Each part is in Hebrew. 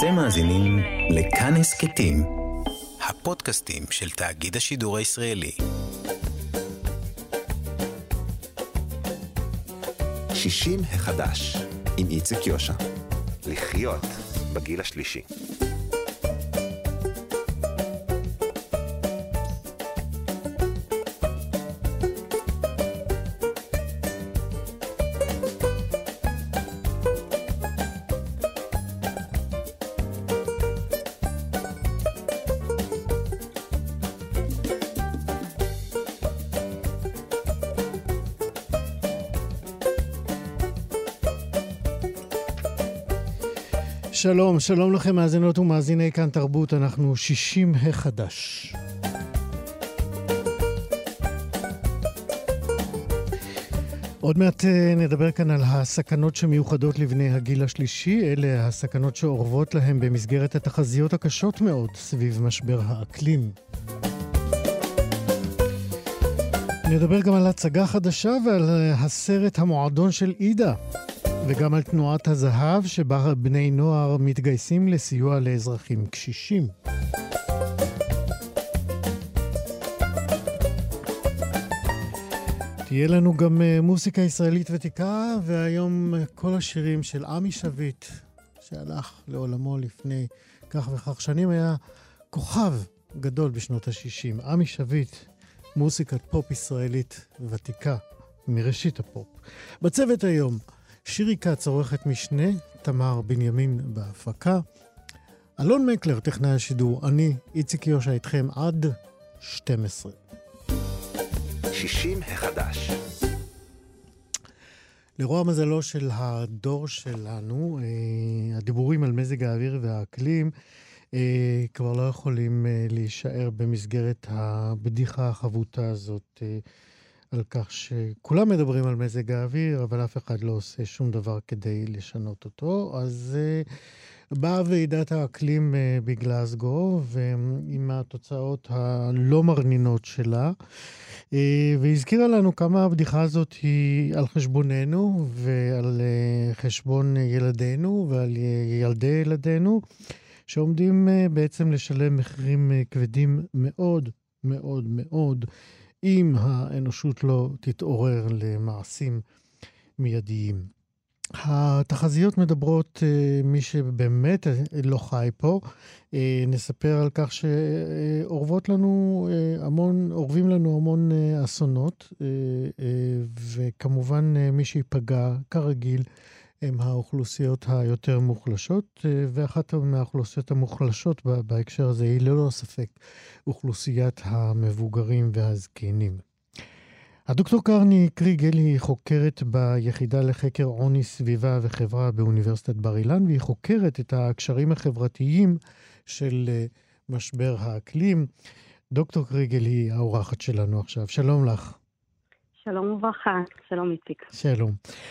אתם מאזינים לכאן הסכתים, הפודקאסטים של תאגיד השידור הישראלי. 60 החדש, עם איציק יושע. לחיות בגיל השלישי. שלום, שלום לכם מאזינות ומאזיני כאן תרבות, אנחנו 60 החדש. עוד מעט נדבר כאן על הסכנות שמיוחדות לבני הגיל השלישי, אלה הסכנות שאורבות להם במסגרת התחזיות הקשות מאוד סביב משבר האקלים. נדבר גם על הצגה חדשה ועל הסרט המועדון של עידה. וגם על תנועת הזהב שבה בני נוער מתגייסים לסיוע לאזרחים קשישים. תהיה לנו גם מוסיקה ישראלית ותיקה, והיום כל השירים של עמי שביט, שהלך לעולמו לפני כך וכך שנים, היה כוכב גדול בשנות ה-60. עמי שביט, מוסיקת פופ ישראלית ותיקה, מראשית הפופ. בצוות היום, שירי כץ, עורכת משנה, תמר בנימין בהפקה, אלון מקלר, טכנאי השידור, אני, איציק יושע, איתכם עד 12. 60 החדש. לרוע מזלו של הדור שלנו, הדיבורים על מזג האוויר והאקלים כבר לא יכולים להישאר במסגרת הבדיחה החבוטה הזאת, על כך שכולם מדברים על מזג האוויר, אבל אף אחד לא עושה שום דבר כדי לשנות אותו. אז באה ועידת האקלים בגלזגו, ועם התוצאות הלא מרנינות שלה, והזכירה לנו כמה הבדיחה הזאת היא על חשבוננו, ועל חשבון ילדינו, ועל ילדי ילדינו, שעומדים בעצם לשלם מחירים כבדים מאוד מאוד מאוד, אם האנושות לא תתעורר למעשים מיידיים. התחזיות מדברות, מי שבאמת לא חי פה, נספר על כך אורבים לנו המון אסונות, וכמובן מי שיפגע כרגיל הם האוכלוסיות היותר מוחלשות, ואחת מהאוכלוסיות המוחלשות בהקשר הזה היא ללא ספק אוכלוסיית המבוגרים והזקנים. הדוקטור קרני קריגל היא חוקרת ביחידה לחקר עוני, סביבה וחברה באוניברסיטת בר אילן, והיא חוקרת את הקשרים החברתיים של משבר האקלים. דוקטור קריגל היא האורחת שלנו עכשיו. שלום לך. שלום וברכה. שלום איציק. שלום.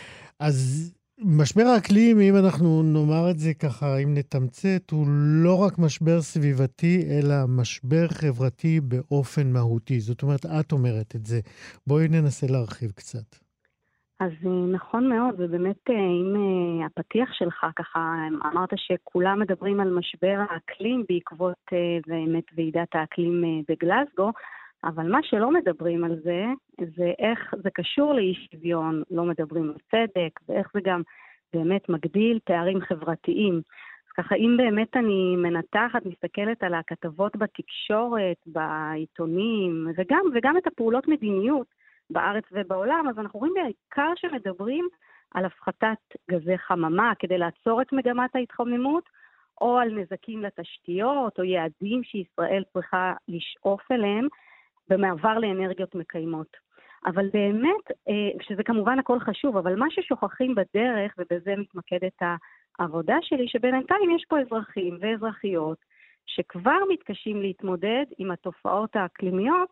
אז משבר האקלים, אם אנחנו נאמר את זה ככה, אם נתמצת, הוא לא רק משבר סביבתי, אלא משבר חברתי באופן מהותי. זאת אומרת, את אומרת את זה. בואי ננסה להרחיב קצת. אז נכון מאוד, ובאמת אם הפתיח שלך ככה, אמרת שכולם מדברים על משבר האקלים בעקבות באמת ועידת האקלים בגלזגו, אבל מה שלא מדברים על זה, זה איך זה קשור לאי שוויון, לא מדברים על צדק, ואיך זה גם באמת מגדיל פערים חברתיים. אז ככה, אם באמת אני מנתחת, מסתכלת על הכתבות בתקשורת, בעיתונים, וגם את הפעולות מדיניות בארץ ובעולם, אז אנחנו רואים בעיקר שמדברים על הפחתת גזי חממה כדי לעצור את מגמת ההתחממות, או על נזקים לתשתיות, או יעדים שישראל צריכה לשאוף אליהם, במעבר לאנרגיות מקיימות. אבל באמת, שזה כמובן הכל חשוב, אבל מה ששוכחים בדרך, ובזה מתמקדת העבודה שלי, שבינתיים יש פה אזרחים ואזרחיות, שכבר מתקשים להתמודד עם התופעות האקלימיות,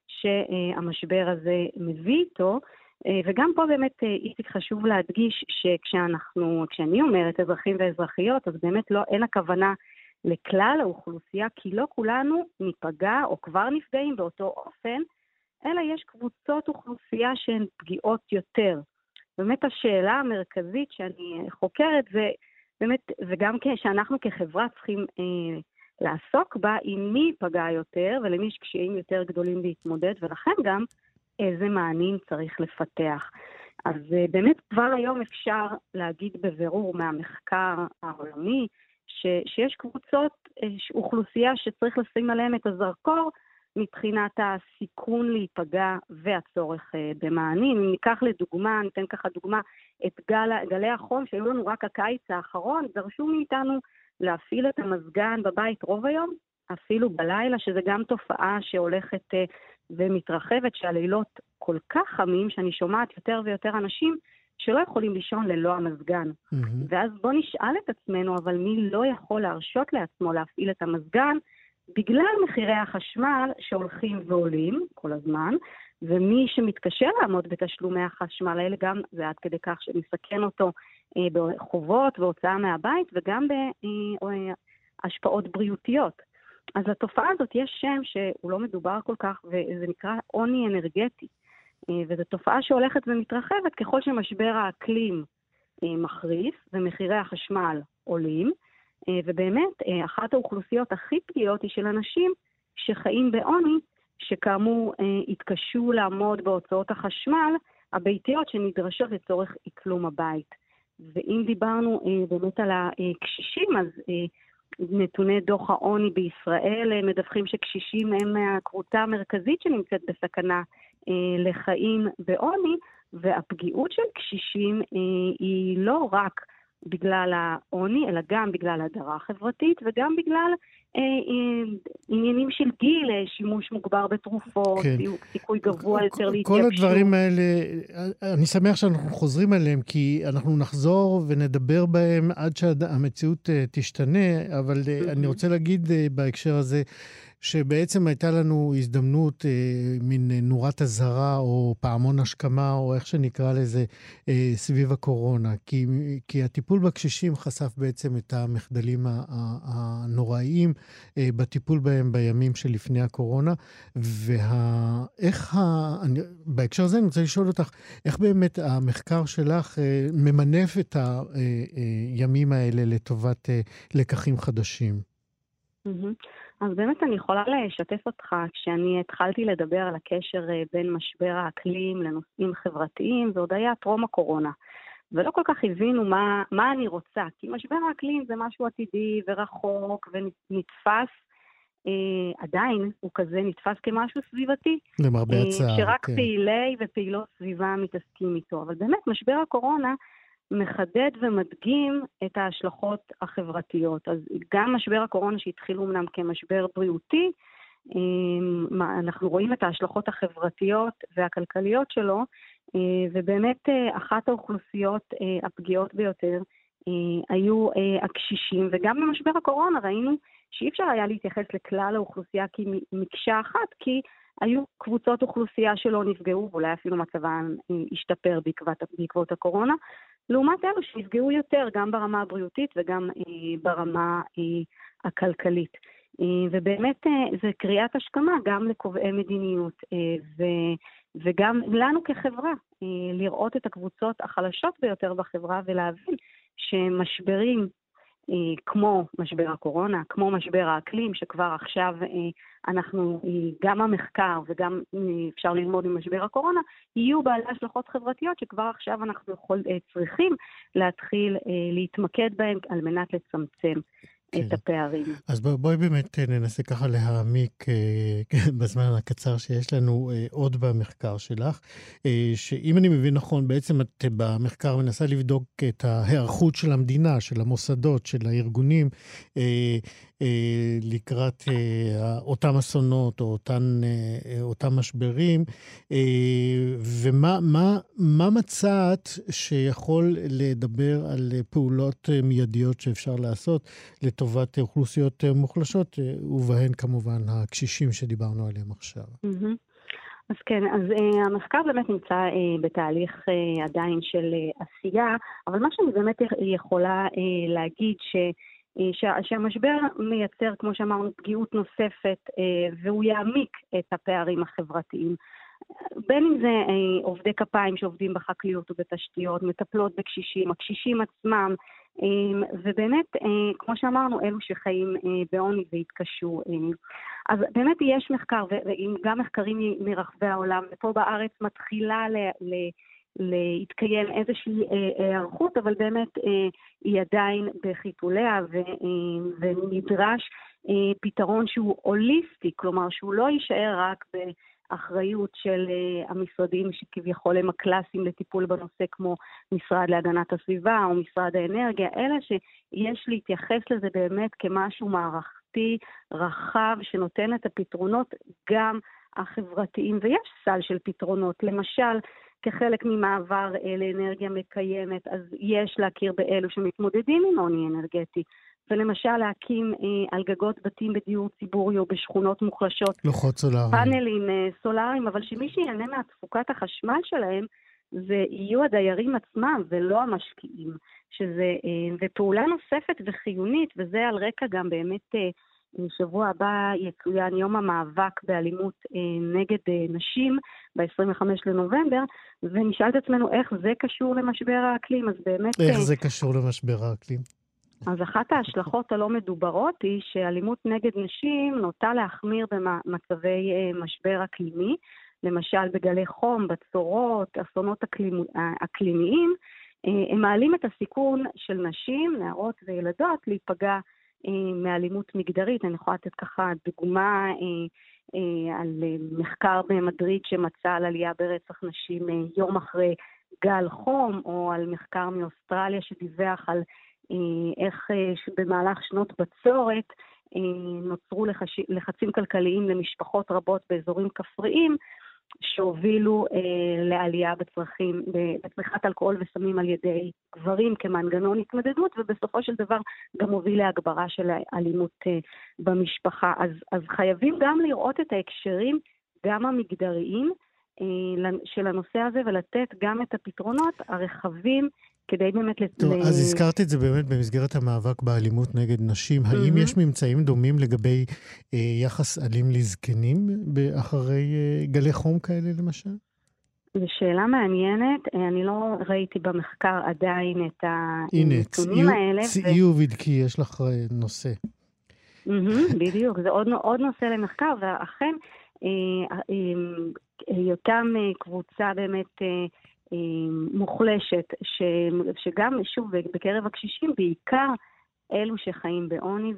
שהמשבר הזה מביא איתו, וגם פה באמת איציק חשוב להדגיש, כשאני אומרת אזרחים ואזרחיות, אז באמת אין הכוונה לכלל האוכלוסייה, כי לא כולנו ניפגע או כבר נפגעים באותו אופן, אלא יש קבוצות אוכלוסייה שהן פגיעות יותר. באמת השאלה המרכזית שאני חוקרת זה באמת, וגם שאנחנו כחברה צריכים לעסוק בה עם מי ייפגע יותר, ולמי יש קשיים יותר גדולים להתמודד, ולכן גם איזה מענים צריך לפתח. אז באמת כבר היום אפשר להגיד בבירור מהמחקר העולמי, שיש קבוצות אוכלוסייה שצריך לשים עליהם את הזרקור, מבחינת הסיכון להיפגע והצורך במענים. אם ניקח לדוגמה, ניתן ככה דוגמה, את גלי החום שהיו לנו רק הקיץ האחרון, דרשו מאיתנו להפעיל את המזגן בבית רוב היום, אפילו בלילה, שזה גם תופעה שהולכת ומתרחבת, שהלילות כל כך חמים, שאני שומעת יותר ויותר אנשים שלא יכולים לישון ללא המזגן. ואז בוא נשאל את עצמנו, אבל מי לא יכול להרשות לעצמו להפעיל את המזגן, בגלל מחירי החשמל שהולכים ועולים כל הזמן, ומי שמתקשר לעמוד בתשלומי החשמל האלה, גם זה עד כדי כך שמסכן אותו בחובות והוצאה מהבית, וגם בהשפעות בריאותיות. אז לתופעה הזאת יש שם שהוא לא מדובר כל כך, וזה נקרא עוני אנרגטי. וזו תופעה שהולכת ומתרחבת ככל שמשבר האקלים מחריף, ומחירי החשמל עולים, ובאמת, אחת האוכלוסיות הכי פגיעות היא של אנשים שחיים בעוני, שכאמור התקשו לעמוד בהוצאות החשמל הביתיות שנדרשות לצורך אקלום הבית. ואם דיברנו באמת על הקשישים, אז נתוני דוח העוני בישראל מדווחים שקשישים הם הקבוצה המרכזית שנמצאת בסכנה לחיים בעוני, והפגיעות של קשישים היא לא רק בגלל העוני, אלא גם בגלל הדרה חברתית, וגם בגלל עניינים של גיל, שימוש מוגבר בתרופות, סיכוי גבוה יותר להתייבשות. כל הדברים האלה, אני שמח שאנחנו חוזרים עליהם, כי אנחנו נחזור ונדבר בהם עד שהמציאות תשתנה, אבל אני רוצה להגיד בהקשר הזה, שבעצם הייתה לנו הזדמנות, מין נורת הזהרה או פעמון השכמה או איך שנקרא לזה סביב הקורונה, כי הטיפול בקשישים חשף בעצם את המחדלים הנוראיים בטיפול בהם בימים שלפני הקורונה, בהקשר הזה אני רוצה לשאול אותך, איך באמת המחקר שלך ממנף את הימים האלה לטובת לקחים חדשים? אז באמת אני יכולה לשתף אותך, כשאני התחלתי לדבר על הקשר בין משבר האקלים לנושאים חברתיים, זה עוד היה טרום הקורונה. ולא כל כך הבינו מה אני רוצה, כי משבר האקלים זה משהו עתידי ורחוק ונתפס, עדיין הוא כזה נתפס כמשהו סביבתי. למרבה הצער. שרק פעילי ופעילות סביבה מתעסקים איתו. אבל באמת משבר הקורונה מחדד ומדגים את ההשלכות החברתיות. אז גם משבר הקורונה שהתחיל אומנם כמשבר בריאותי, אנחנו רואים את ההשלכות החברתיות והכלכליות שלו, ובאמת אחת האוכלוסיות הפגיעות ביותר היו הקשישים, וגם במשבר הקורונה ראינו שאי אפשר היה להתייחס לכלל האוכלוסייה כמקשה אחת, כי היו קבוצות אוכלוסייה שלא נפגעו, ואולי אפילו מצבן השתפר בעקבות הקורונה, לעומת אלו שנפגעו יותר, גם ברמה הבריאותית וגם ברמה הכלכלית. ובאמת זה קריאת השכמה גם לקובעי מדיניות, וגם לנו כחברה, לראות את הקבוצות החלשות ביותר בחברה, ולהבין שמשברים כמו משבר הקורונה, כמו משבר האקלים, שכבר עכשיו אנחנו, גם המחקר וגם אפשר ללמוד עם משבר הקורונה, יהיו בעלי השלכות חברתיות שכבר עכשיו אנחנו צריכים להתחיל להתמקד בהם על מנת לצמצם את הפערים. אז בואי באמת ננסה ככה להעמיק בזמן הקצר שיש לנו עוד במחקר שלך, שאם אני מבין נכון, בעצם את במחקר מנסה לבדוק את ההיערכות של המדינה, של המוסדות, של הארגונים, לקראת אותם אסונות או אותם משברים, ומה מצאת שיכול לדבר על פעולות מיידיות שאפשר לעשות לטובת אוכלוסיות מוחלשות, ובהן כמובן הקשישים שדיברנו עליהם עכשיו. אז כן, אז המחקר באמת נמצא בתהליך עדיין של עשייה, אבל מה שאני באמת יכולה להגיד שהמשבר מייצר, כמו שאמרנו, פגיעות נוספת, והוא יעמיק את הפערים החברתיים. בין אם זה עובדי כפיים שעובדים בחקלאות ובתשתיות, מטפלות בקשישים, הקשישים עצמם ובאמת, כמו שאמרנו, אלו שחיים בעוני והתקשו. אז באמת יש מחקר, וגם מחקרים מרחבי העולם, ופה בארץ מתחילה להתקיים איזושהי הערכות, אבל באמת היא עדיין בחיתוליה, ונדרש פתרון שהוא הוליסטי, כלומר שהוא לא יישאר רק באחריות של המשרדים שכביכול הם הקלאסיים לטיפול בנושא, כמו משרד להגנת הסביבה או משרד האנרגיה, אלא שיש להתייחס לזה באמת כמשהו מערכתי רחב שנותן את הפתרונות גם החברתיים, ויש סל של פתרונות, למשל כחלק ממעבר לאנרגיה מקיימת, אז יש להכיר באלו שמתמודדים עם עוני אנרגטי, ולמשל להקים על גגות בתים בדיור ציבורי או בשכונות מוחלשות, לוחות סולאריים, פאנלים סולאריים, אבל שמי שיהנה מהתפוקת החשמל שלהם, זה יהיו הדיירים עצמם ולא המשקיעים, ופעולה נוספת וחיונית, וזה על רקע גם באמת שבוע הבא יצוין יום המאבק באלימות נגד נשים ב-25 לנובמבר, ונשאל את עצמנו איך זה קשור למשבר האקלים. אז באמת... איך זה קשור למשבר האקלים? אז אחת ההשלכות הלא מדוברות היא שאלימות נגד נשים נוטה להחמיר במצבי משבר אקלימי, למשל בגלי חום, בצורות, אסונות אקלימיים, הם מעלים את הסיכון של נשים, נערות וילדות להיפגע מאלימות מגדרית. אני יכולה לתת ככה דוגמה על מחקר במדריד שמצא על עלייה ברצח נשים יום אחרי גל חום, או על מחקר מאוסטרליה שדיווח על איך במהלך שנות בצורת נוצרו לחצים כלכליים למשפחות רבות באזורים כפריים, שהובילו לעלייה בצריכת אלכוהול וסמים על ידי גברים כמנגנון התמודדות, ובסופו של דבר גם הוביל להגברה של האלימות במשפחה. אז חייבים גם לראות את ההקשרים, גם המגדריים, של הנושא הזה, ולתת גם את הפתרונות הרחבים, כדי באמת... טוב, אז הזכרתי את זה באמת במסגרת המאבק באלימות נגד נשים. האם יש ממצאים דומים לגבי יחס אלים לזקנים אחרי גלי חום כאלה למשל? זו שאלה מעניינת. אני לא ראיתי במחקר עדיין את הנתונים האלה. הנה, צאי ובדקי, יש לך נושא. בדיוק, זה עוד נושא למחקר, ואכן היותם קבוצה באמת מוחלשת, שגם, שוב, בקרב הקשישים, בעיקר אלו שחיים בעוני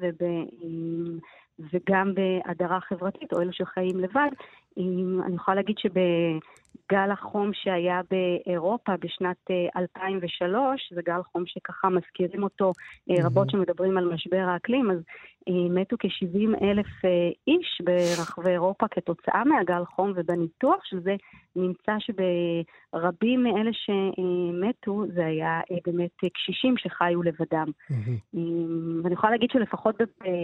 וגם בהדרה חברתית, או אלו שחיים לבד. אני יכולה להגיד שבגל החום שהיה באירופה בשנת 2003, זה גל חום שככה מזכירים אותו רבות שמדברים על משבר האקלים, אז מתו כ-70,000 איש ברחבי אירופה כתוצאה מהגל חום, ובניתוח של זה נמצא שברבים מאלה שמתו זה היה באמת קשישים שחיו לבדם. ואני יכולה להגיד שלפחות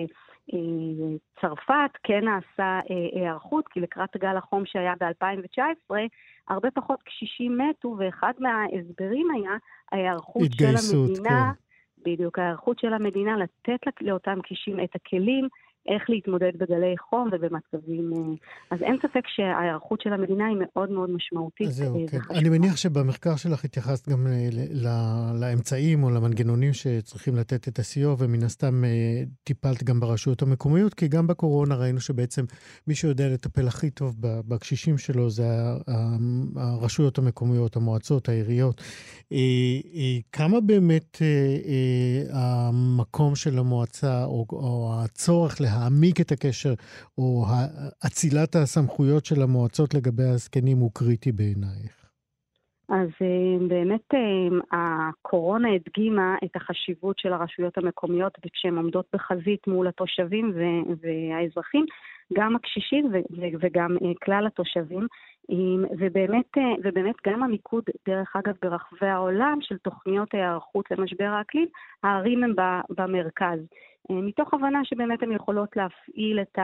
צרפת כן נעשה הערכות, כי לקראת גל החום שהיה ב-2019, הרבה פחות קשישים מתו, ואחד מההסברים היה ההערכות של המדינה, בדיוק, ההערכות של המדינה לתת לאותם קשישים את הכלים, איך להתמודד בגלי חום ובמצבים. אז אין ספק שההערכות של המדינה היא מאוד מאוד משמעותית. זהו, כן. אני מניח שבמחקר שלך התייחסת גם לאמצעים או למנגנונים שצריכים לתת את הסיוע, ומן הסתם טיפלת גם ברשויות המקומיות, כי גם בקורונה ראינו שבעצם מי שיודע לטפל הכי טוב בקשישים שלו זה הרשויות המקומיות, המועצות, העיריות. כמה באמת המקום של המועצה או הצורך להעמיק את הקשר, או הצילת הסמכויות של המועצות לגבי הזקנים הוא קריטי בעינייך? אז באמת הקורונה הדגימה את החשיבות של הרשויות המקומיות, וכשהן עומדות בחזית מול התושבים והאזרחים, גם הקשישים וגם כלל התושבים, ובאמת גם המיקוד, דרך אגב, ברחבי העולם של תוכניות ההיערכות למשבר האקלים, הערים הם במרכז. מתוך הבנה שבאמת הן יכולות להפעיל את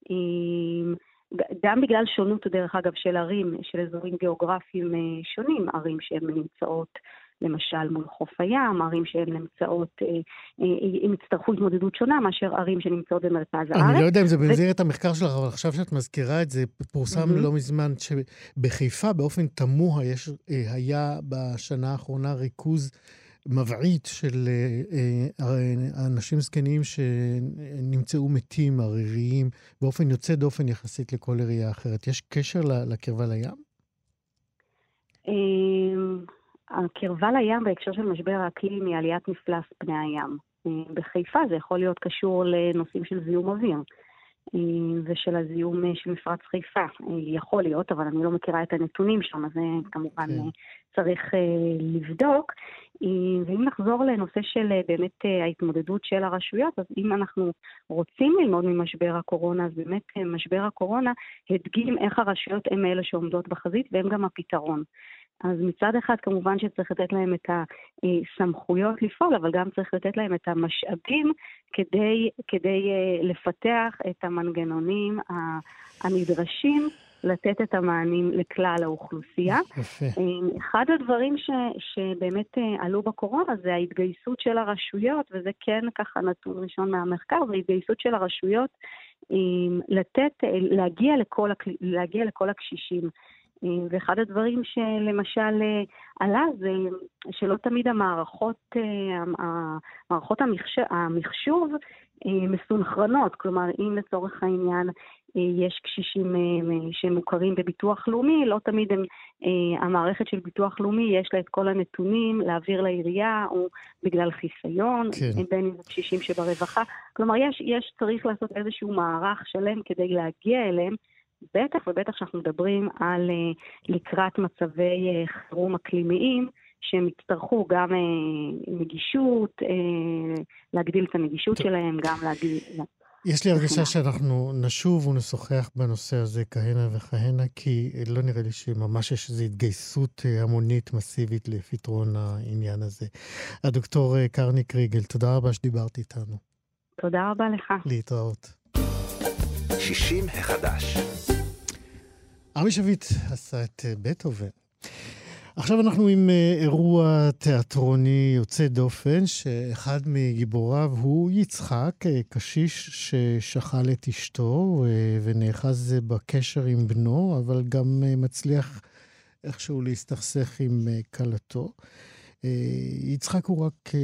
גם בגלל שונות, דרך אגב, של ערים, של אזורים גיאוגרפיים שונים, ערים שהן נמצאות למשל מול חוף הים, ערים שהן נמצאות, הם יצטרכו התמודדות שונה מאשר ערים שנמצאות במרכז הארץ. אני לא יודע אם זה במסגרת המחקר שלך, אבל עכשיו שאת מזכירה את זה, פורסם לא מזמן שבחיפה באופן תמוה היה בשנה האחרונה ריכוז מבעית של אנשים זקנים שנמצאו מתים, עריריים, באופן יוצא דופן יחסית לכל עירייה אחרת. יש קשר לקרבה לים? הקרבה לים בהקשר של משבר האקלים היא עליית מפלס פני הים. בחיפה זה יכול להיות קשור לנושאים של זיהום אוויר. ושל הזיהום של מפרץ חיפה. יכול להיות, אבל אני לא מכירה את הנתונים שם, אז זה כמובן צריך לבדוק. ואם נחזור לנושא של באמת ההתמודדות של הרשויות, אז אם אנחנו רוצים ללמוד ממשבר הקורונה, אז באמת משבר הקורונה הדגים איך הרשויות הן אלה שעומדות בחזית, והן גם הפתרון. אז מצד אחד כמובן שצריך לתת להם את הסמכויות לפעול, אבל גם צריך לתת להם את המשאבים כדי לפתח את המנגנונים הנדרשים, לתת את המענים לכלל האוכלוסייה. אחד הדברים שבאמת עלו בקורונה זה ההתגייסות של הרשויות, וזה כן ככה נתון ראשון מהמחקר, זה ההתגייסות של הרשויות להגיע לכל הקשישים. ואחד הדברים שלמשל עלה זה שלא תמיד המערכות המחשוב מסונכרנות, כלומר אם לצורך העניין יש קשישים שמוכרים בביטוח לאומי, לא תמיד המערכת של ביטוח לאומי יש לה את כל הנתונים להעביר לעירייה או בגלל חיסיון, בין אם זה קשישים שברווחה, כלומר צריך לעשות איזשהו מערך שלם כדי להגיע אליהם, בטח ובטח שאנחנו מדברים על לקראת מצבי חירום אקלימיים, שהם יצטרכו גם נגישות, להגדיל את הנגישות שלהם, גם להגדיל... יש לי הרגשה שאנחנו נשוב ונשוחח בנושא הזה כהנה וכהנה, כי לא נראה לי שממש יש איזו התגייסות המונית מסיבית לפתרון העניין הזה. הדוקטור קרני קריגל, תודה רבה שדיברת איתנו. תודה רבה לך. להתראות. 60 החדש. עמי שביט עשה את בטהובן. עכשיו אנחנו עם אירוע תיאטרוני יוצא דופן, שאחד מגיבוריו הוא יצחק, קשיש ששכל את אשתו ונאחז בקשר עם בנו, אבל גם מצליח איכשהו להסתכסך עם כלתו. יצחק הוא רק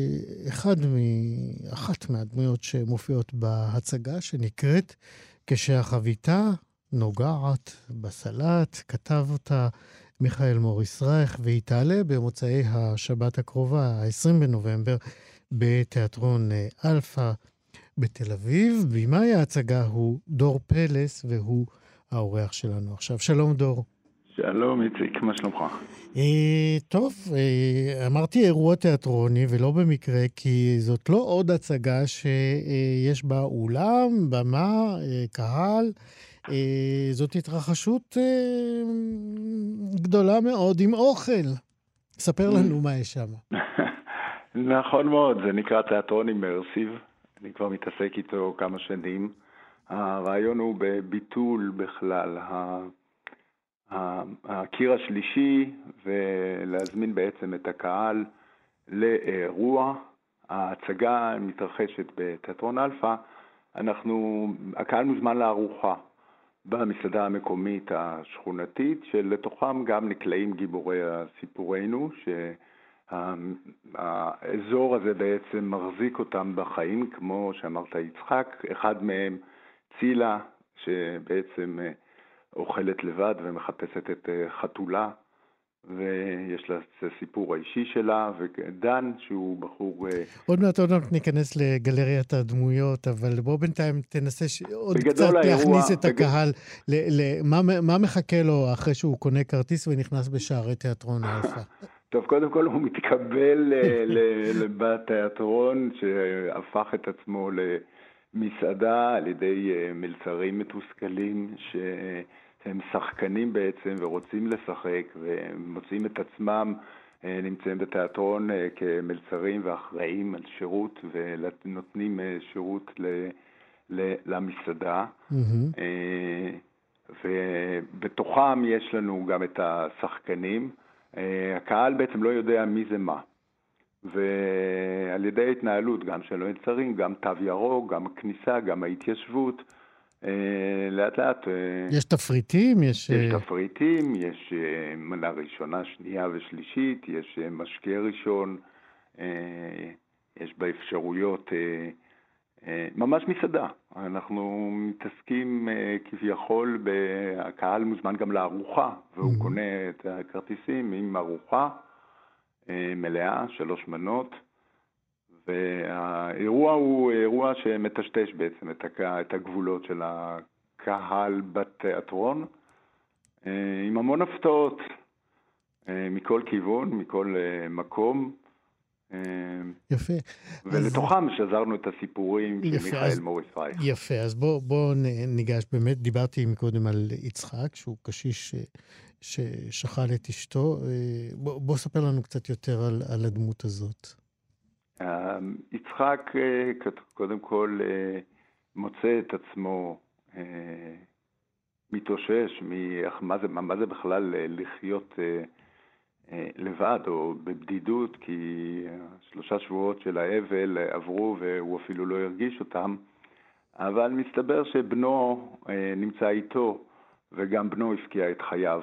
אחת מהדמויות שמופיעות בהצגה, שנקראת כשהחביתה נוגעת בסלט. כתב אותה מיכאל מוריס רייך, והיא תעלה במוצאי השבת הקרובה, ה-20 בנובמבר, בתיאטרון אלפא בתל אביב. במאי ההצגה הוא דור פלס, והוא האורח שלנו עכשיו. שלום דור. שלום איציק, מה שלומך? טוב, אמרתי אירוע תיאטרוני, ולא במקרה, כי זאת לא עוד הצגה שיש בה אולם, במה, קהל, זאת התרחשות גדולה מאוד עם אוכל. ספר לנו מה יש שם. נכון מאוד, זה נקרא תיאטרון אימרסיב. אני כבר מתעסק איתו כמה שנים. הרעיון הוא בביטול בכלל הקיר השלישי, ולהזמין בעצם את הקהל לאירוע. ההצגה מתרחשת בתיאטרון אלפא. הקהל מוזמן לארוחה במסעדה המקומית השכונתית, שלתוכם גם נקלעים גיבורי סיפורנו, שהאזור הזה בעצם מחזיק אותם בחיים, כמו שאמרת יצחק, אחד מהם צילה, שבעצם אוכלת לבד ומחפשת את חתולה, ויש לה את הסיפור האישי שלה, ודן שהוא בחור... עוד מעט ניכנס לגלריית הדמויות, אבל בוא בינתיים תנסה עוד קצת להכניס את הקהל, מה מחכה לו אחרי שהוא קונה כרטיס ונכנס בשערי תיאטרון אלפא? טוב, קודם כל הוא מתקבל בתיאטרון שהפך את עצמו למסעדה על ידי מלצרים מתוסכלים שהם שחקנים בעצם ורוצים לשחק ומוצאים את עצמם נמצאים בתיאטרון כמלצרים ואחראים על שירות ונותנים שירות למסעדה. ובתוכם יש לנו גם את השחקנים. הקהל בעצם לא יודע מי זה מה. ועל ידי התנהלות גם של המלצרים, גם תו ירוק, גם הכניסה, גם ההתיישבות, לאט לאט... יש תפריטים? יש תפריטים, יש מנה ראשונה, שנייה ושלישית, יש משקה ראשון, יש בה אפשרויות, ממש מסעדה. אנחנו מתעסקים כביכול, הקהל מוזמן גם לארוחה, והוא קונה את הכרטיסים עם ארוחה מלאה, 3 מנות, והאירוע הוא אירוע שמטשטש בעצם את הגבולות של הקהל בתיאטרון, עם המון הפתעות מכל כיוון, מכל מקום. יפה. ולתוכם שזרנו את הסיפורים של מיכאל מוריס רייך. יפה, אז בוא ניגש, באמת דיברתי מקודם על יצחק, שהוא קשיש ששכל את אשתו. בוא ספר לנו קצת יותר על הדמות הזאת. יצחק קודם כל מוצא את עצמו מתאושש מה זה בכלל לחיות לבד או בבדידות, כי 3 שבועות של האבל עברו והוא אפילו לא הרגיש אותם, אבל מסתבר שבנו נמצא איתו, וגם בנו הפקיע את חייו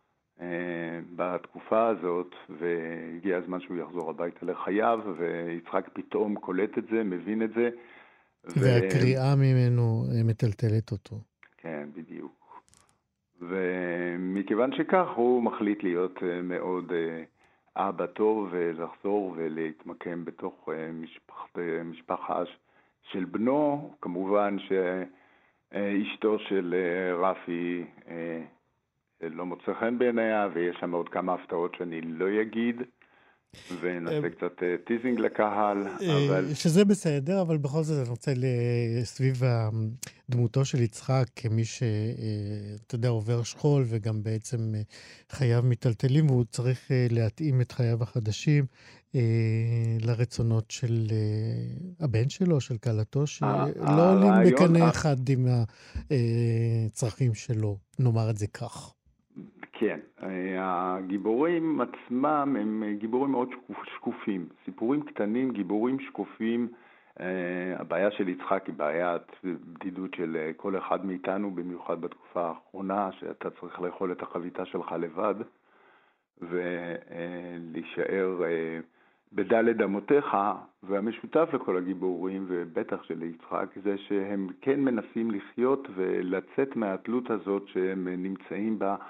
בתקופה הזאת, והגיע הזמן שהוא יחזור הביתה לחייו, ויצחק פתאום קולט את זה, מבין את זה. והקריאה ממנו מטלטלת אותו. כן, בדיוק. ומכיוון שכך הוא מחליט להיות מאוד אבא טוב ולחזור ולהתמקם בתוך משפחה של בנו. כמובן שאשתו של רפי לא מוצא חן בעיניה, ויש שם עוד כמה הפתעות שאני לא אגיד, ונעשה קצת טיזינג לקהל. שזה בסדר, אבל בכל זאת אני רוצה סביב דמותו של יצחק, כמי שאתה יודע, עובר שכול, וגם בעצם חייו מטלטלים, והוא צריך להתאים את חייו החדשים לרצונות של הבן שלו, של קלתו, שלא עולים בקנה אחד עם הצרכים שלו, נאמר את זה כך. כן, הגיבורים עצמם הם גיבורים מאוד שקופים, סיפורים קטנים, גיבורים שקופים. הבעיה של יצחק היא בעיית בדידות של כל אחד מאיתנו, במיוחד בתקופה האחרונה, שאתה צריך לאכול את החביתה שלך לבד, ולהישאר בדלת אמותיך. והמשותף לכל הגיבורים, ובטח של יצחק, זה שהם כן מנסים לחיות ולצאת מהתלות הזאת שהם נמצאים בה.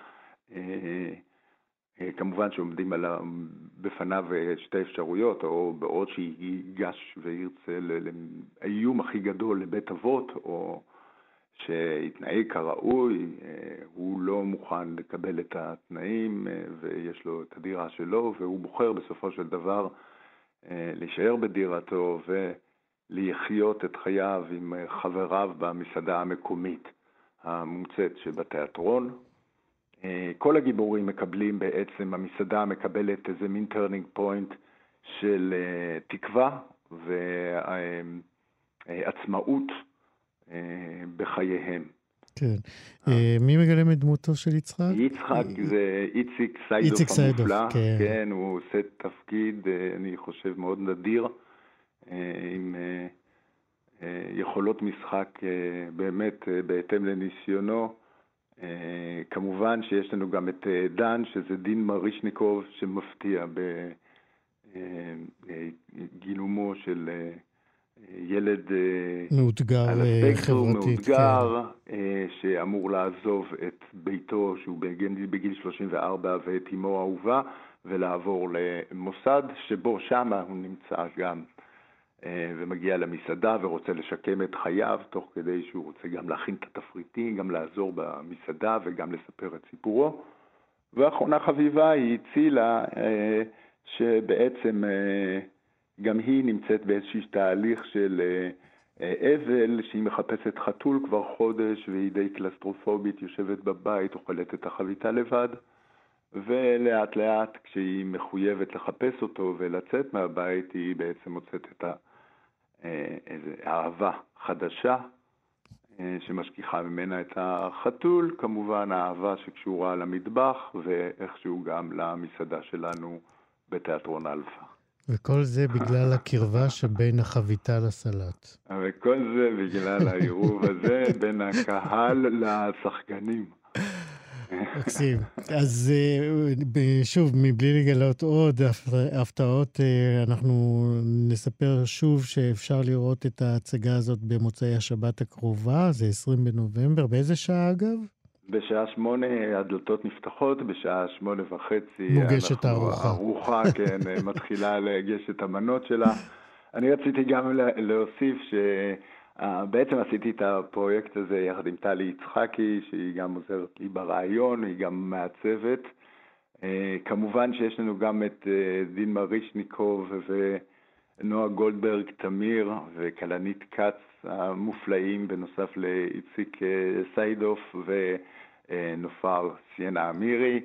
כמובן שעומדים בפניו 2 אפשרויות, או בעוד שיגש וירצה לאיום הכי גדול לבית אבות, או שיתנהג כראוי, הוא לא מוכן לקבל את התנאים, ויש לו את הדירה שלו, והוא בוחר בסופו של דבר להישאר בדירתו ולחיות את חייו עם חבריו במסעדה המקומית המומצאת שבתיאטרון. כל הגיבורים מקבלים בעצם, המסעדה מקבלת איזה מין טרנינג פוינט של תקווה ועצמאות בחייהם. כן. מי מגלם את דמותו של יצחק? יצחק זה איציק סיידוף המופלא. כן, הוא עושה תפקיד, אני חושב, מאוד נדיר, עם יכולות משחק באמת בהתאם לניסיונו. כמובן שיש לנו גם את דן, שזה דין מרישניקוב, שמפתיע בגילומו של ילד מאותגר על הספקטרום, חברתית, מאותגר, שאמור לעזוב את ביתו שהוא בגיל 34 ואת אמו האהובה, ולעבור למוסד שבו שם הוא נמצא גם, ומגיע למסעדה ורוצה לשקם את חייו, תוך כדי שהוא רוצה גם להכין את התפריטים, גם לעזור במסעדה וגם לספר את סיפורו. ואחרונה חביבה היא צילה, שבעצם גם היא נמצאת באיזשהו תהליך של אבל, שהיא מחפשת חתול כבר חודש, והיא די קלסטרופובית, יושבת בבית, אוכלת את החביתה לבד, ולאט לאט כשהיא מחויבת לחפש אותו ולצאת מהבית, היא בעצם מוצאת את איזו אהבה חדשה שמשכיחה ממנה את החתול, כמובן האהבה שקשורה למטבח ואיכשהו גם למסעדה שלנו בתיאטרון אלפא. וכל זה בגלל הקרבה שבין החביתה לסלט. וכל זה בגלל העירוב הזה בין הקהל לשחקנים. מקסים. אז שוב, מבלי לגלות עוד הפתעות, אנחנו נספר שוב שאפשר לראות את ההצגה הזאת במוצאי השבת הקרובה, זה 20 בנובמבר. באיזה שעה אגב? בשעה 8 הדלתות נפתחות, בשעה 8:30 מוגשת הארוחה. הארוחה, כן, מתחילה להגיש את המנות שלה. אני רציתי גם להוסיף שבעצם עשיתי את הפרויקט הזה יחד עם טלי יצחקי, שהיא גם עוזרת לי ברעיון, היא גם מעצבת. כמובן שיש לנו גם את דין מרישניקוב ונועה גולדברג תמיר וקלנית קץ המופלאים, בנוסף לאיציק סיידוף ונופר סיינה אמירי,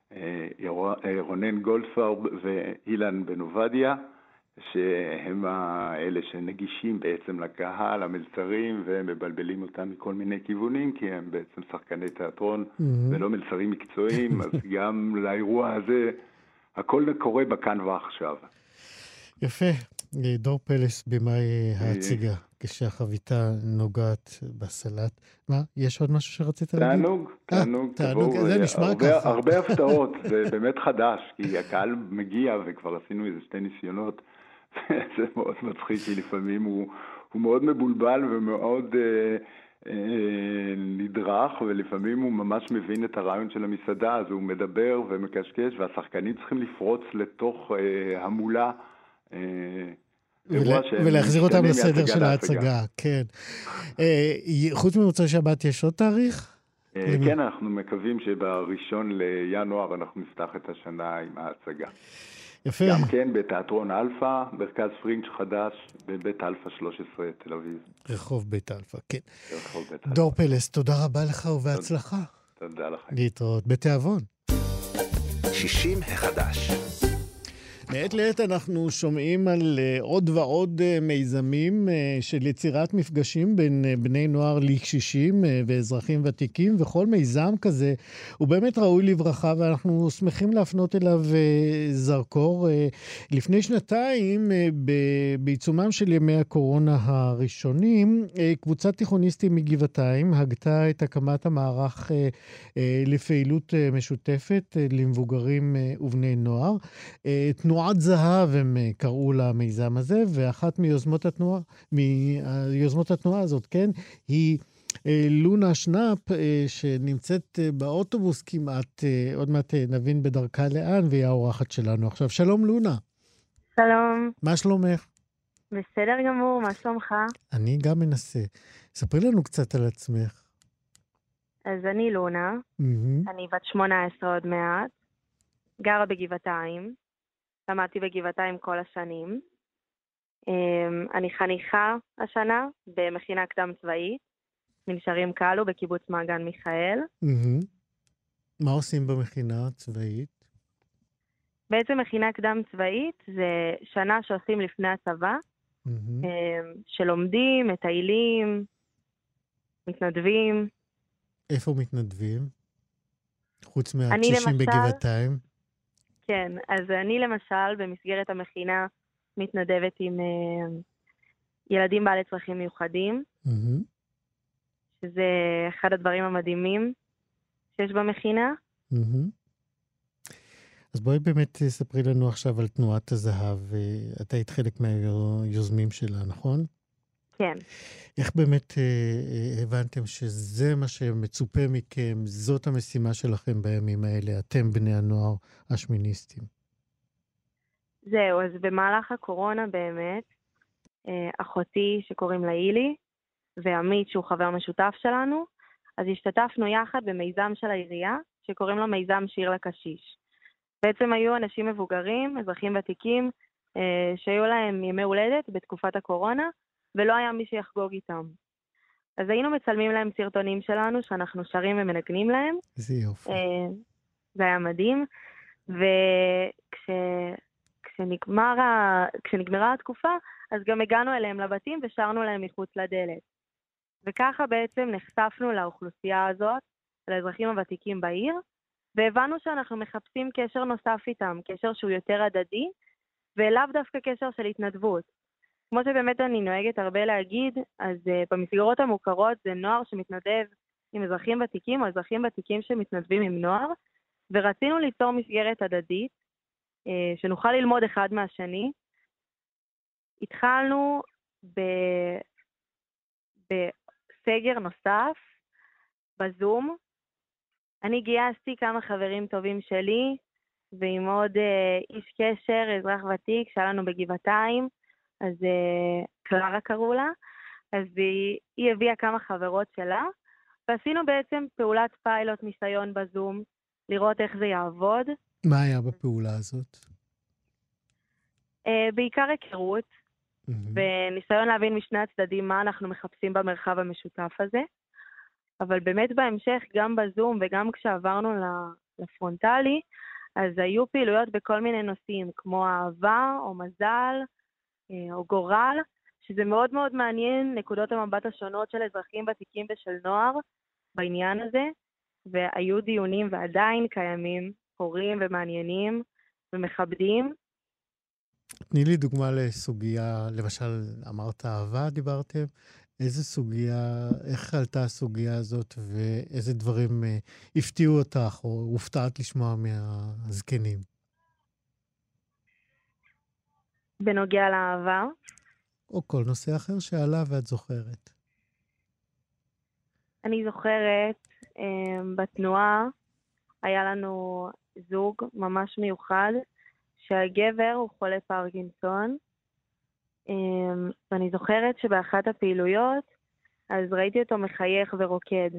רונן גולדפרב ואילן בן עובדיה, שהם האלה שנגישים בעצם לקהל, המלצרים, והם מבלבלים אותם מכל מיני כיוונים, כי הם בעצם שחקני תיאטרון ולא מלצרים מקצועיים, אז גם לאירוע הזה הכל קורה בכאן ועכשיו. יפה. דור פלס במאי ההציגה, כשהחביתה נוגעת בסלט. מה? יש עוד משהו שרצית להגיד? תענוג. זה נשמע ככה. הרבה הפתעות, זה באמת חדש, כי הקהל מגיע וכבר עשינו איזה 2 ניסיונות, זה מאוד מצחיק, כי לפעמים הוא מאוד מבולבל ומאוד נדרך, ולפעמים הוא ממש מבין את הרעיון של המסעדה, אז הוא מדבר ומקשקש, והשחקנים צריכים לפרוץ לתוך המולה, ולהחזיר אותם לסדר של ההצגה, כן. חוץ ממוצאי שבת יש עוד תאריך? כן, אנחנו מקווים שבראשון לינואר אנחנו נפתח את השנה עם ההצגה. יפה. גם כן בתיאטרון אלפא, מרכז פרינג' חדש, בבית אלפא 13 תל אביב. רחוב בית אלפא, כן. דור פלס, תודה רבה לך ובהצלחה. תודה לך. להתראות בתיאבון. 60 החדש. מעת לעת אנחנו שומעים על עוד ועוד מיזמים של יצירת מפגשים בין בני נוער לקשישים ואזרחים ותיקים, וכל מיזם כזה הוא באמת ראוי לברכה, ואנחנו שמחים להפנות אליו זרקור. לפני שנתיים, בעיצומם של ימי הקורונה הראשונים, קבוצת תיכוניסטים מגבעתיים הגתה את הקמת המערך לפעילות משותפת למבוגרים ובני נוער. תנועת זהב הם קראו למיזם הזה, ואחת מיוזמות התנועה הזאת, כן, היא לונה שנאפ, שנמצאת באוטובוס כמעט, עוד מעט נבין בדרכה לאן, והיא האורחת שלנו עכשיו. שלום לונה. שלום. מה שלומך? בסדר גמור, מה שלומך? אני גם מנסה. ספרי לנו קצת על עצמך. אז אני לונה, אני בת 18 עוד מעט, גרה בגבעתיים, למדתי בגבעתיים כל השנים. אני חניכה השנה במכינה קדם צבאית, מנשרים קלו בקיבוץ מעגן מיכאל. מה עושים במכינה הצבאית? בעצם מכינה קדם צבאית זה שנה שעושים לפני הצבא, שלומדים, מטיילים, מתנדבים. איפה מתנדבים? חוץ מהקשישים בגבעתיים? כן, אז אני למשל במסגרת המכינה מתנדבת עם ילדים בעלי צרכים מיוחדים, שזה אחד הדברים המדהימים שיש במכינה. אז בואי באמת ספרי לנו עכשיו על תנועת הזהב, אתה היית חלק מהיוזמים שלה, נכון? כן. איך באמת הבנתם שזה מה שמצופה מכם, זאת המשימה שלכם בימים האלה, אתם בני הנוער השמיניסטים? זהו, אז במהלך הקורונה באמת, אחותי שקוראים לה אילי, ועמית שהוא חבר משותף שלנו, אז השתתפנו יחד במיזם של העירייה, שקוראים לו מיזם שיר לקשיש. בעצם היו אנשים מבוגרים, אזרחים ותיקים, שהיו להם ימי הולדת בתקופת הקורונה, ולא היה מי שיחגוג איתם. אז היינו מצלמים להם סרטונים שלנו, שאנחנו שרים ומנגנים להם. זה יופי. זה היה מדהים. וכשנגמרה התקופה, אז גם הגענו אליהם לבתים ושרנו להם מחוץ לדלת. וככה בעצם נחשפנו לאוכלוסייה הזאת, לאזרחים הוותיקים בעיר, והבנו שאנחנו מחפשים קשר נוסף איתם, קשר שהוא יותר הדדי, ולאו דווקא קשר של התנדבות. כמו שבאמת אני נוהגת הרבה להגיד, אז במסגרות המוכרות זה נוער שמתנדב עם אזרחים ותיקים או אזרחים ותיקים שמתנדבים עם נוער, ורצינו ליצור מסגרת הדדית, שנוכל ללמוד אחד מהשני. התחלנו בסגר נוסף, בזום. אני גייסתי כמה חברים טובים שלי, ועם עוד איש קשר, אזרח ותיק, שהיה לנו בגבעתיים, אז קלרה קראו לה, אז היא הביאה כמה חברות שלה, ועשינו בעצם פעולת פיילוט ניסיון בזום, לראות איך זה יעבוד. מה היה בפעולה הזאת? בעיקר היכרות, וניסיון להבין משני הצדדים מה אנחנו מחפשים במרחב המשותף הזה. אבל באמת בהמשך, גם בזום וגם כשעברנו לפרונטלי, אז היו פעילויות בכל מיני נושאים, כמו אהבה או מזל או גורל, שזה מאוד מאוד מעניין נקודות המבט השונות של אזרחים ותיקים ושל נוער בעניין הזה, והיו דיונים ועדיין קיימים, פורים ומעניינים ומכבדים. תני לי דוגמה לסוגיה, למשל, אמרת אהבה, דיברתם, איזה סוגיה, איך עלתה הסוגיה הזאת, ואיזה דברים הפתיעו אותך, או הופתעת לשמוע מהזקנים? בנוגע לאהבה? או כל נושא אחר שעלה ואת זוכרת. אני זוכרת, בתנועה היה לנו זוג ממש מיוחד, שהגבר הוא חולה פרקינסון, ואני זוכרת שבאחת הפעילויות, אז ראיתי אותו מחייך ורוקד.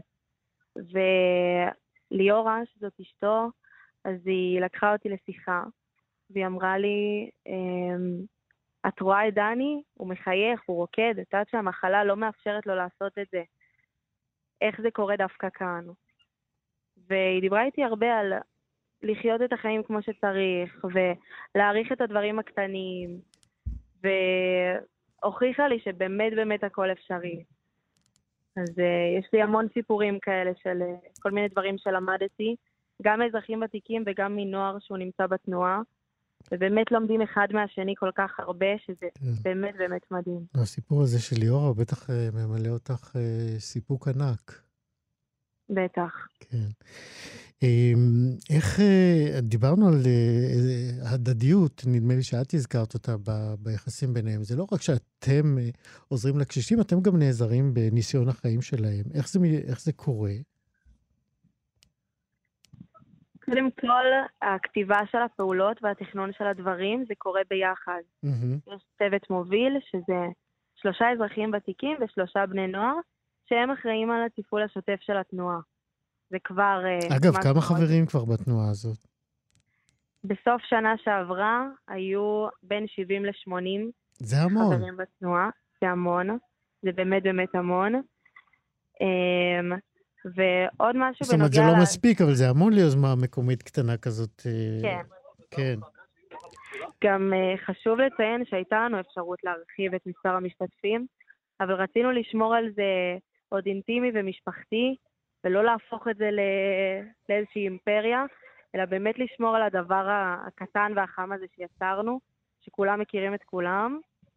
וליאורה, שזאת אשתו, אז היא לקחה אותי לשיחה, והיא אמרה לי, את רואה את דני? הוא מחייך, הוא רוקד, את יודעת שהמחלה לא מאפשרת לו לעשות את זה. איך זה קורה דווקא כאן? והיא דיברה איתי הרבה על לחיות את החיים כמו שצריך, ולהעריך את הדברים הקטנים, והוכיחה לי שבאמת באמת הכל אפשרי. אז יש לי המון סיפורים כאלה של כל מיני דברים שלמדתי, גם מאזרחים ותיקים וגם מנוער שהוא נמצא בתנועה, ובאמת לומדים אחד מהשני כל כך הרבה, שזה באמת באמת מדהים. הסיפור הזה של ליאורה בטח ממלא אותך סיפוק ענק. בטח. כן. איך, דיברנו על הדדיות, נדמה לי שאת הזכרת אותה ביחסים ביניהם. זה לא רק שאתם עוזרים לקשישים, אתם גם נעזרים בניסיון החיים שלהם. איך זה קורה? קודם כל, הכתיבה של הפעולות והתכנון של הדברים, זה קורה ביחד. יש צוות מוביל, שזה 3 אזרחים ותיקים ו3 בני נוער, שהם אחראים על הטיפול השוטף של התנועה. זה כבר... אגב, כמה חברים כבר בתנועה הזאת? בסוף שנה שעברה היו בין 70 ל-80 זה המון. חברים בתנועה. זה המון. זה באמת באמת המון. ועוד משהו זאת אומרת, זה לא מספיק, אבל זה המון ליוזמה מקומית קטנה כזאת. כן. כן. גם חשוב לציין שהייתה לנו אפשרות להרחיב את מספר המשתתפים, אבל רצינו לשמור על זה עוד אינטימי ומשפחתי, ולא להפוך את זה לאיזושהי אימפריה, אלא באמת לשמור על הדבר הקטן והחם הזה שיצרנו, שכולם מכירים את כולם.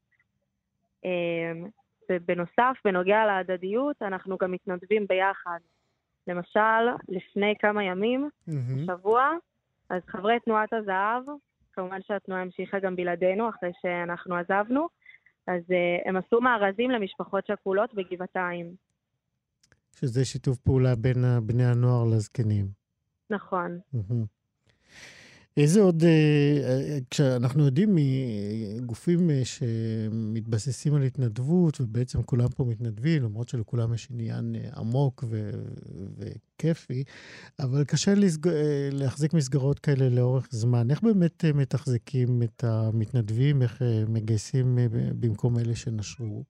ובנוסף, בנוגע להדדיות, אנחנו גם מתנדבים ביחד. למשל, לפני כמה ימים, שבוע, אז חברי תנועת הזהב, כמובן שהתנועה המשיכה גם בלעדינו, אחרי שאנחנו עזבנו, אז הם עשו מארזים למשפחות שכולות בגבעתיים. שזה שיתוף פעולה בין בני הנוער לזקנים. נכון. איזה עוד, כשאנחנו יודעים מגופים שמתבססים על התנדבות, ובעצם כולם פה מתנדבים, למרות שלכולם יש עניין עמוק וכיפי, אבל קשה להחזיק מסגרות כאלה לאורך זמן. איך באמת מתחזקים את המתנדבים, איך מגייסים במקום אלה שנשרו?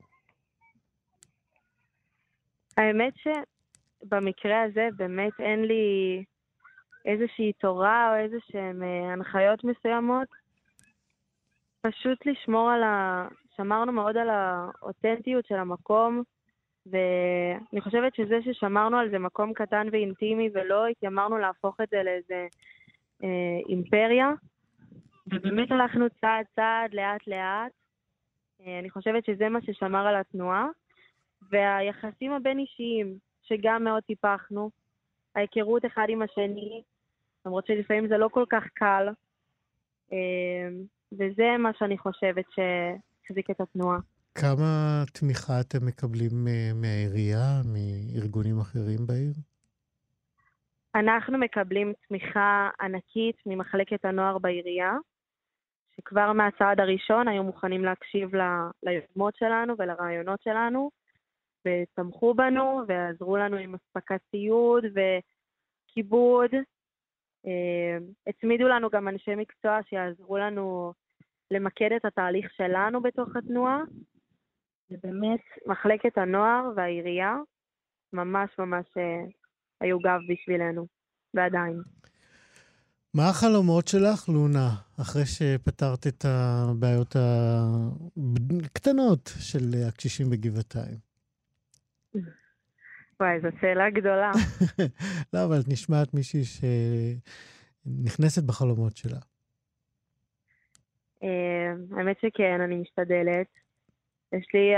האמת שבמקרה הזה באמת אין לי איזושהי תורה או איזשהם הנחיות מסוימות. פשוט לשמור שמרנו מאוד על האותנטיות של המקום, ואני חושבת שזה ששמרנו על זה מקום קטן ואינטימי, ולא התיימרנו להפוך את זה לאיזה אימפריה, ובאמת הלכנו צעד צעד, לאט לאט. אני חושבת שזה מה ששמר על התנועה, והיחסים הבין אישיים שגם מאוד טיפחנו. ההיכרות אחד עם השני, למרות שלפעמים זה לא כל כך קל, וזה מה שאני חושבת שהחזיק את התנועה. כמה תמיכה אתם מקבלים מהעירייה, מארגונים אחרים בעיר? אנחנו מקבלים תמיכה ענקית ממחלקת הנוער בעירייה, שכבר מהצעד הראשון היו מוכנים להקשיב ליוזמות שלנו ולרעיונות שלנו, ותמכו בנו ועזרו לנו עם אספקת ציוד וכיבוד. הצמידו לנו גם אנשי מקצוע שיעזרו לנו למקד את התהליך שלנו בתוך התנועה. ובאמת מחלקת הנוער והעירייה ממש ממש היו גב בשבילנו, ועדיין. מה החלומות שלך, לונה, אחרי שפתרת את הבעיות הקטנות של הקשישים בגבעתיים? וואי, זו שאלה גדולה. לא, אבל את נשמעת מישהי שנכנסת בחלומות שלה. האמת שכן, אני משתדלת. יש לי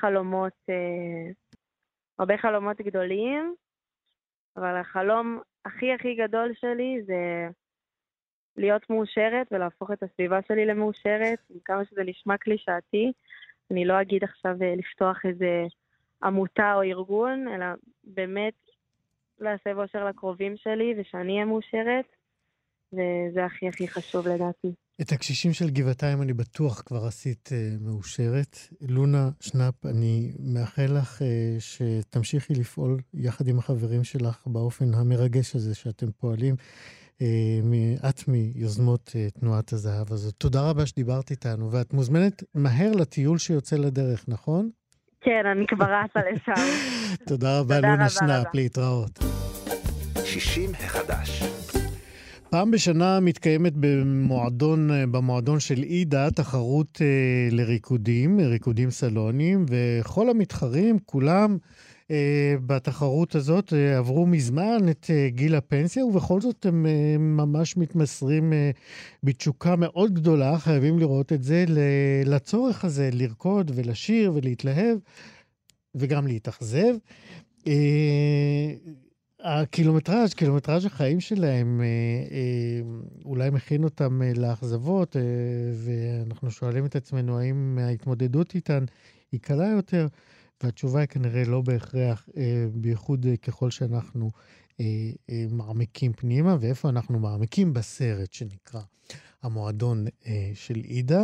הרבה חלומות גדולים, אבל החלום הכי גדול שלי זה להיות מאושרת ולהפוך את הסביבה שלי למאושרת, כמה שזה נשמע קלישאתי. אני לא אגיד עכשיו לפתוח איזה עמותה או ארגון, אלא באמת להסב אושר לקרובים שלי ושאני אהיה מאושרת, וזה הכי חשוב לדעתי. את הקשישים של גבעתיים אני בטוח כבר עשית מאושרת. לונה שנאפ, אני מאחל לך שתמשיכי לפעול יחד עם החברים שלך באופן המרגש הזה שאתם פועלים. את מיוזמות תנועת הזהב הזאת. תודה רבה שדיברת איתנו, ואת מוזמנת מהר לטיול שיוצא לדרך, נכון? כן, אני כבר רצה לשם. תודה רבה, לונה שנאפ, להתראות. 60 החדש. פעם בשנה מתקיימת במועדון של עידה תחרות לריקודים סלוניים, וכל המתחרים כולם בתחרות הזאת עברו מזמן את גיל הפנסיה, ובכל זאת הם ממש מתמסרים בתשוקה מאוד גדולה, חייבים לראות את זה, לצורך הזה לרקוד ולשיר ולהתלהב וגם להתאכזב. קילומטראז' החיים שלהם אולי מכין אותם לאכזבות, ואנחנו שואלים את עצמנו האם ההתמודדות איתן היא קלה יותר, והתשובה היא כנראה לא בהכרח, בייחוד ככל שאנחנו מעמיקים פנימה, ואיפה אנחנו מעמיקים בסרט שנקרא המועדון של עידה.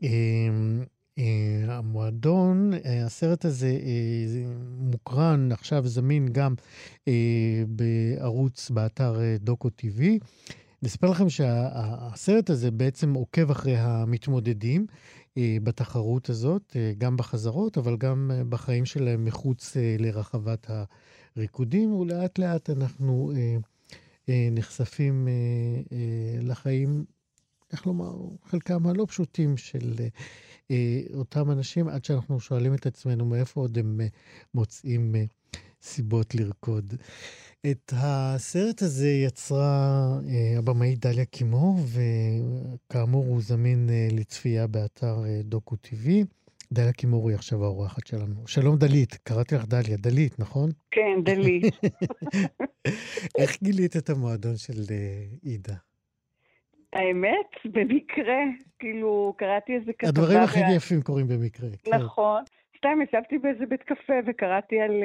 המועדון, הסרט הזה מוקרן, עכשיו זמין גם בערוץ, באתר דוקו טיווי. נספר לכם שהסרט הזה בעצם עוקב אחרי המתמודדים בתחרות הזאת, גם בחזרות, אבל גם בחיים שלהם מחוץ לרחבת הריקודים, ולאט לאט אנחנו נחשפים לחיים, איך לומר, חלקם הלא פשוטים של אותם אנשים, עד שאנחנו שואלים את עצמנו מאיפה עוד הם מוצאים סיבות לרקוד. את הסרט הזה יצרה הבמאית דליה קימור, וכאמור הוא זמין לצפייה באתר דוקו טיווי. דליה קימור היא עכשיו האורחת שלנו. שלום דלית, קראתי לך דליה. דלית, נכון? כן, דלית. איך גילית את המועדון של עידה? האמת, במקרה, כאילו, קראתי איזה כתבה... הדברים הכי יפים קורים במקרה. נכון. סתם, ישבתי באיזה בית קפה וקראתי על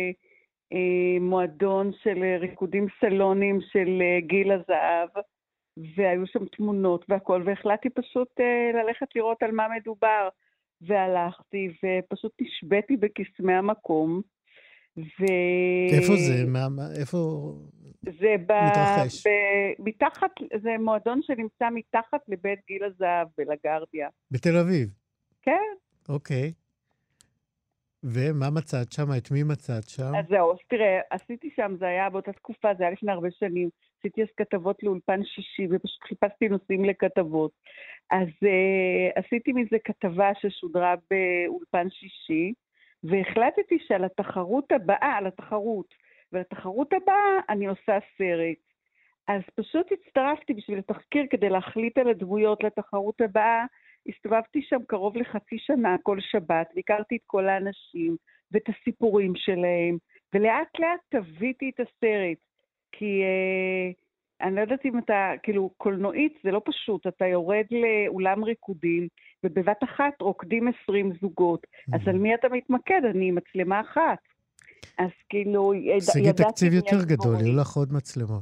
מועדון של ריקודים סלונים של גיל הזהב, והיו שם תמונות והכל, והחלטתי פשוט ללכת לראות על מה מדובר, והלכתי, ופשוט נשבתי בקסמי המקום. איפה זה? איפה זה מתרחש? מתחת, זה מועדון שנמצא מתחת לבית גיל הזהב בלגרדיה. בתל אביב? כן. אוקיי. ומה מצאת שם? את מי מצאת שם? אז זהו, אז תראה, עשיתי שם, זה היה באותה תקופה, זה היה לפני הרבה שנים, עשיתי אז כתבות לאולפן שישי, ופשוט חיפשתי נושאים לכתבות. אז עשיתי מזה כתבה ששודרה באולפן שישי, והחלטתי שעל התחרות הבאה, ולתחרות הבאה אני עושה סרט. אז פשוט הצטרפתי בשביל התחקיר כדי להחליט על הדמויות לתחרות הבאה, הסתובבתי שם קרוב לחצי שנה כל שבת, והכרתי את כל האנשים ואת הסיפורים שלהם, ולאט לאט תביתי את הסרט, כי אני לא יודעת אם אתה, כאילו, קולנועית זה לא פשוט, אתה יורד לאולם ריקודים, ובבת אחת רוקדים 20 זוגות, אז על מי אתה מתמקד? אני מצלמה אחת. אז כאילו, שיגי תקציב יותר גדול, יהיו לך עוד מצלמות.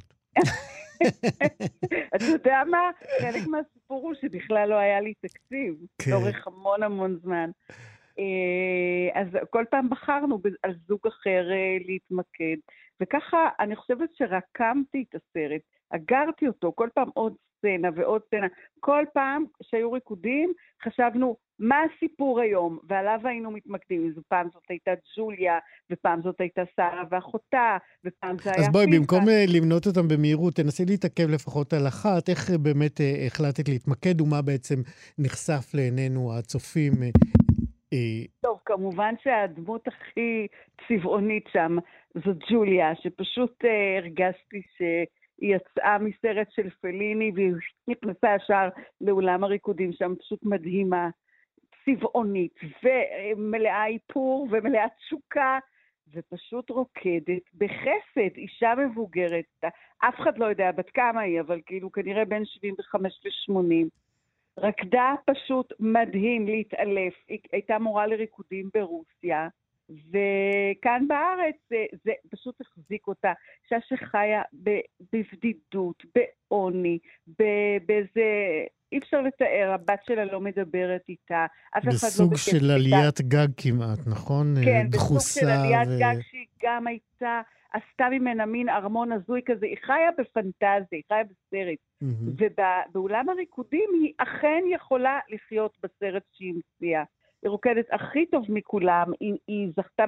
אתה יודע מה? חלק מהסיפור הוא שבכלל לא היה לי תקציב, לאורך המון זמן. אז כל פעם בחרנו על זוג אחר להתמקד, וככה אני חושבת שרקמתי את הסרט, אגרתי אותו, כל פעם עוד סצנה ועוד סצנה, כל פעם שהיו ריקודים חשבנו מה הסיפור היום, ועליו היינו מתמקדים, אז פעם זאת הייתה ג'וליה, ופעם זאת הייתה שרה ואחותה, ופעם זה היה... אז בואי, במקום למנות אותם במהירות, תנסי להתעכב לפחות על אחת, איך באמת החלטת להתמקד, ומה בעצם נחשף לעינינו הצופים? טוב, כמובן שהדמות הכי צבעונית שם זו ג'וליה, שפשוט הרגשתי שהיא יצאה מסרט של פליני, והיא נכנסה ישר לאולם הריקודים שם, פשוט מדהימה, צבעונית, ומלאה איפור ומלאה תשוקה, ופשוט רוקדת בחסד, אישה מבוגרת, אף אחד לא יודע בת כמה היא, אבל כאילו כנראה בין 75 ל-80, רקדה פשוט מדהים להתעלף, היא הייתה מורה לריקודים ברוסיה, וכאן בארץ זה פשוט החזיק אותה, אישה שחיה בבדידות, בעוני, באיזה, אי אפשר לתאר, הבת שלה לא מדברת איתה, אף אחד לא בסוג של עליית גג כמעט, נכון? כן, בסוג של עליית גג שהיא גם הייתה, עשתה ממנה מין ארמון הזוי כזה, היא חיה בפנטזיה, היא חיה בסרט, ובאולם הריקודים היא אכן יכולה לחיות בסרט שהיא המציאה. היא רוקדת הכי טוב מכולם, היא זכתה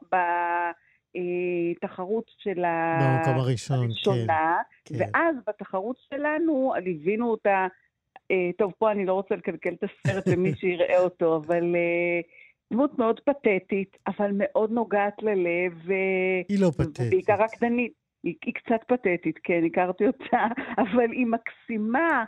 בתחרות של הראשונה, ואז בתחרות שלנו, הבינו אותה, טוב, פה אני לא רוצה לקלקל את הסרט למי שיראה אותו, אבל דמות מאוד פתטית, אבל מאוד נוגעת ללב, היא לא פתטית. בעיקר רקדנית, היא קצת פתטית, כן, הכרתי אותה, אבל היא מקסימה,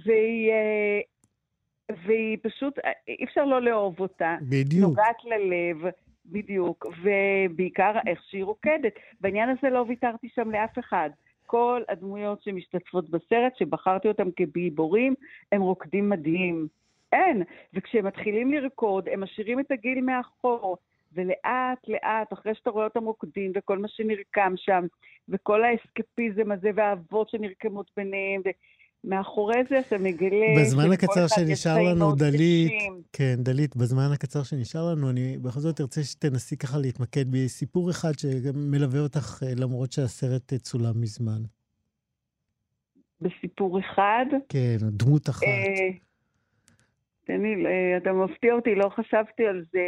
והיא פשוט, אי אפשר לא לאהוב אותה. בדיוק. נוגעת ללב, בדיוק, ובעיקר איך שהיא רוקדת. בעניין הזה לא ויתרתי שם לאף אחד. כל הדמויות שמשתתפות בסרט, שבחרתי אותם כביבורים, הם רוקדים מדהים. אין. וכשהם מתחילים לרקוד, הם משאירים את הגיל מאחור, ולאט לאט, אחרי שאתה רואה אותם רוקדים, וכל מה שנרקם שם, וכל האסקפיזם הזה, והאהבות שנרקמות ביניהם, מאחורי זה אתה מגלה... בזמן הקצר שנשאר לנו, דלית, כן, דלית, בזמן הקצר שנשאר לנו, אני בכל זאת ארצה שתנסי ככה להתמקד בסיפור אחד שמלווה אותך, למרות שהסרט צולם מזמן. בסיפור אחד? כן, דמות אחת. תני, אתה מפתיע אותי, לא חשבתי על זה.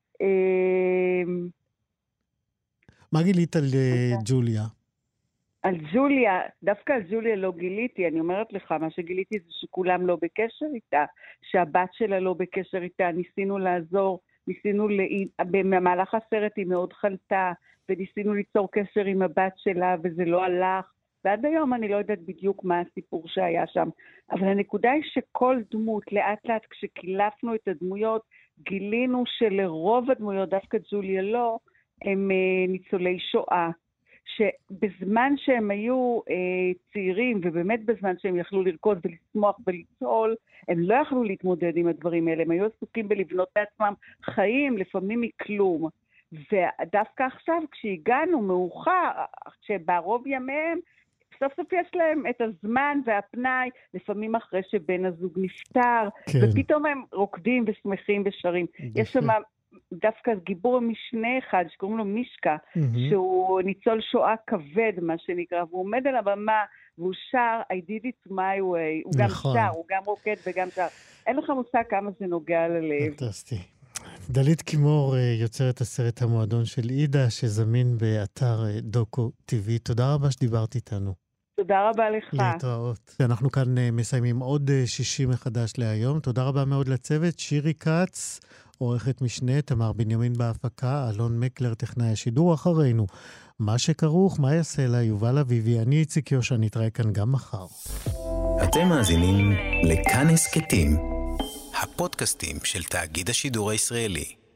מה גילית על ג'וליה? על ג'וליה, דווקא על ג'וליה לא גיליתי, אני אומרת לך, מה שגיליתי זה שכולם לא בקשר איתה, שהבת שלה לא בקשר איתה, ניסינו לעזור, במהלך הסרט היא מאוד חלתה, וניסינו ליצור קשר עם הבת שלה, וזה לא הלך, ועד היום אני לא יודעת בדיוק מה הסיפור שהיה שם, אבל הנקודה היא שכל דמות, לאט לאט כשקילפנו את הדמויות, גילינו שלרוב הדמויות, דווקא ג'וליה לא, הם ניצולי שואה, שבזמן שהם היו צעירים, ובאמת בזמן שהם יכלו לרקוד ולשמוח ולצהול, הם לא יכלו להתמודד עם הדברים האלה, הם היו עסוקים בלבנות בעצמם חיים, לפעמים מכלום. ודווקא עכשיו, כשהגענו מאוחר, כשברוב ימיהם, סוף סוף יש להם את הזמן והפנאי, לפעמים אחרי שבן הזוג נפטר, כן. ופתאום הם רוקדים ושמחים ושרים. יש שם דווקא גיבור משנה אחד, שקוראים לו מישקה, שהוא ניצול שואה כבד, מה שנקרא, והוא עומד על הבמה, והוא שר, I did it my way, הוא גם שר, הוא גם רוקד וגם שר. אין לך מושג כמה זה נוגע ללב. פנטסטי. דלית קימור יוצרת הסרט המועדון של עידה, שזמין באתר דוקו TV. תודה רבה שדיברת איתנו. תודה רבה לך. להתראות. אנחנו כאן מסיימים עוד 60 מחדש להיום. תודה רבה מאוד לצוות. שירי קץ, עורכת משנה, תמר בנימין בהפקה, אלון מקלר, טכנאי השידור. אחרינו מה שכרוך, מה יעשה לה, יובל אביבי, אני איציק יושע, נתראה כאן גם מחר. אתם מאזינים לכאן הסכתים, הפודקאסטים של תאגיד השידור הישראלי.